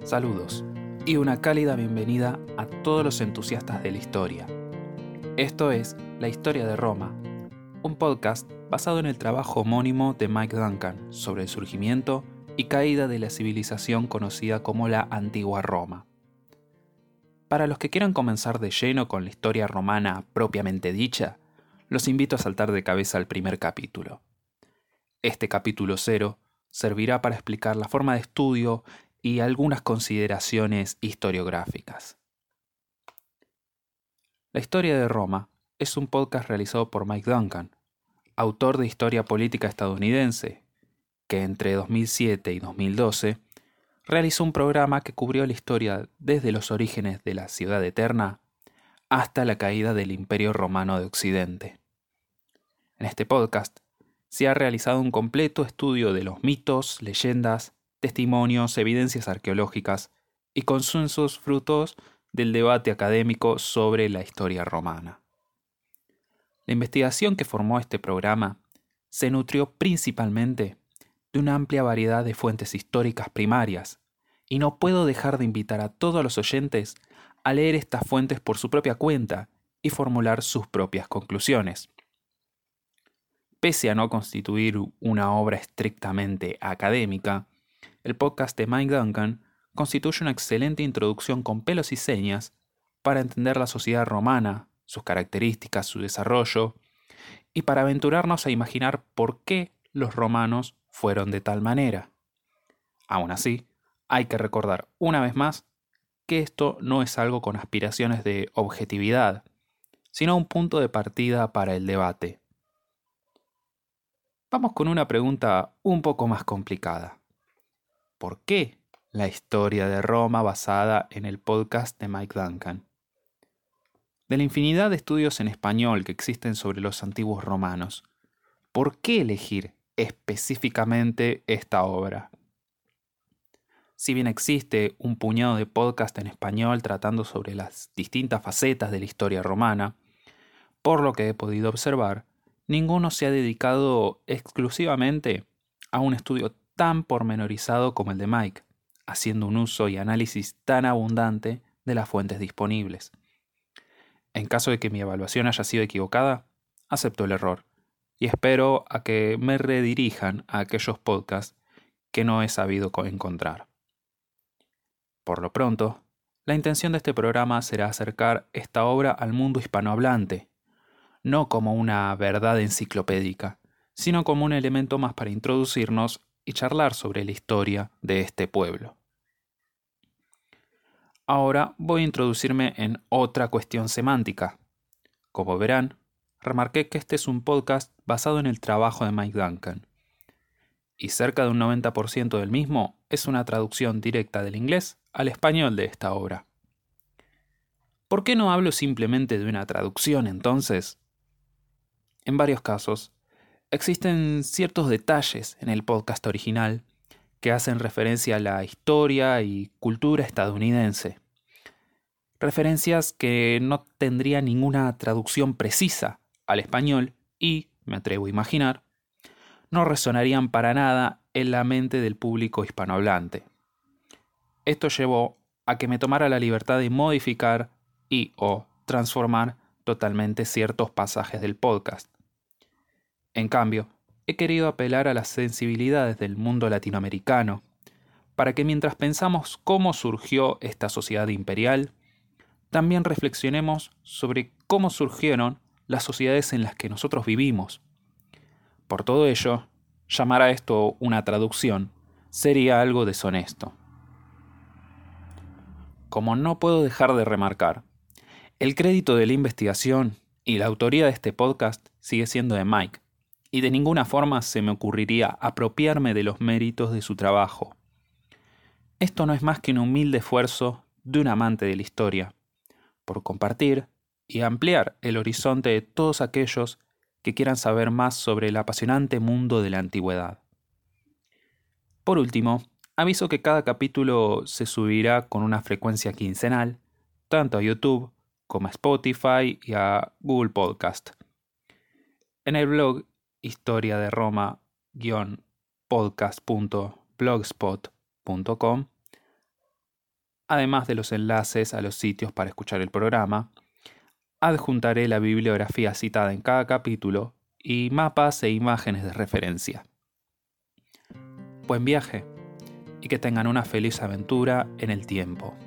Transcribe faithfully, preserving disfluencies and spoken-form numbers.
Saludos y una cálida bienvenida a todos los entusiastas de la historia. Esto es La Historia de Roma, un podcast basado en el trabajo homónimo de Mike Duncan sobre el surgimiento y caída de la civilización conocida como la Antigua Roma. Para los que quieran comenzar de lleno con la historia romana propiamente dicha, los invito a saltar de cabeza al primer capítulo. Este capítulo cero servirá para explicar la forma de estudio y algunas consideraciones historiográficas. La Historia de Roma es un podcast realizado por Mike Duncan, autor de historia política estadounidense, que entre dos mil siete y dos mil doce realizó un programa que cubrió la historia desde los orígenes de la Ciudad Eterna hasta la caída del Imperio Romano de Occidente. En este podcast se ha realizado un completo estudio de los mitos, leyendas, testimonios, evidencias arqueológicas y consensos frutos del debate académico sobre la historia romana. La investigación que formó este programa se nutrió principalmente de una amplia variedad de fuentes históricas primarias, y no puedo dejar de invitar a todos los oyentes a leer estas fuentes por su propia cuenta y formular sus propias conclusiones. Pese a no constituir una obra estrictamente académica, el podcast de Mike Duncan constituye una excelente introducción con pelos y señas para entender la sociedad romana, sus características, su desarrollo, y para aventurarnos a imaginar por qué los romanos fueron de tal manera. Aún así, hay que recordar una vez más que esto no es algo con aspiraciones de objetividad, sino un punto de partida para el debate. Vamos con una pregunta un poco más complicada. ¿Por qué la historia de Roma basada en el podcast de Mike Duncan? De la infinidad de estudios en español que existen sobre los antiguos romanos, ¿por qué elegir específicamente esta obra? Si bien existe un puñado de podcasts en español tratando sobre las distintas facetas de la historia romana, por lo que he podido observar, ninguno se ha dedicado exclusivamente a un estudio tan pormenorizado como el de Mike, haciendo un uso y análisis tan abundante de las fuentes disponibles. En caso de que mi evaluación haya sido equivocada, acepto el error y espero a que me redirijan a aquellos podcasts que no he sabido encontrar. Por lo pronto, la intención de este programa será acercar esta obra al mundo hispanohablante, no como una verdad enciclopédica, sino como un elemento más para introducirnos y charlar sobre la historia de este pueblo. Ahora voy a introducirme en otra cuestión semántica. Como verán, remarqué que este es un podcast basado en el trabajo de Mike Duncan, y cerca de un noventa por ciento del mismo es una traducción directa del inglés al español de esta obra. ¿Por qué no hablo simplemente de una traducción entonces? En varios casos, existen ciertos detalles en el podcast original que hacen referencia a la historia y cultura estadounidense. Referencias que no tendrían ninguna traducción precisa al español y, me atrevo a imaginar, no resonarían para nada en la mente del público hispanohablante. Esto llevó a que me tomara la libertad de modificar y o transformar totalmente ciertos pasajes del podcast. En cambio, he querido apelar a las sensibilidades del mundo latinoamericano, para que mientras pensamos cómo surgió esta sociedad imperial, también reflexionemos sobre cómo surgieron las sociedades en las que nosotros vivimos. Por todo ello, llamar a esto una traducción sería algo deshonesto. Como no puedo dejar de remarcar, el crédito de la investigación y la autoría de este podcast sigue siendo de Mike, y de ninguna forma se me ocurriría apropiarme de los méritos de su trabajo. Esto no es más que un humilde esfuerzo de un amante de la historia, por compartir y ampliar el horizonte de todos aquellos que quieran saber más sobre el apasionante mundo de la antigüedad. Por último, aviso que cada capítulo se subirá con una frecuencia quincenal, tanto a YouTube como a Spotify y a Google Podcast. En el blog historia de Roma podcast punto blogspot punto com además de los enlaces a los sitios para escuchar el programa. Adjuntaré la bibliografía citada en cada capítulo y mapas e imágenes de referencia. Buen viaje y que tengan una feliz aventura en el tiempo.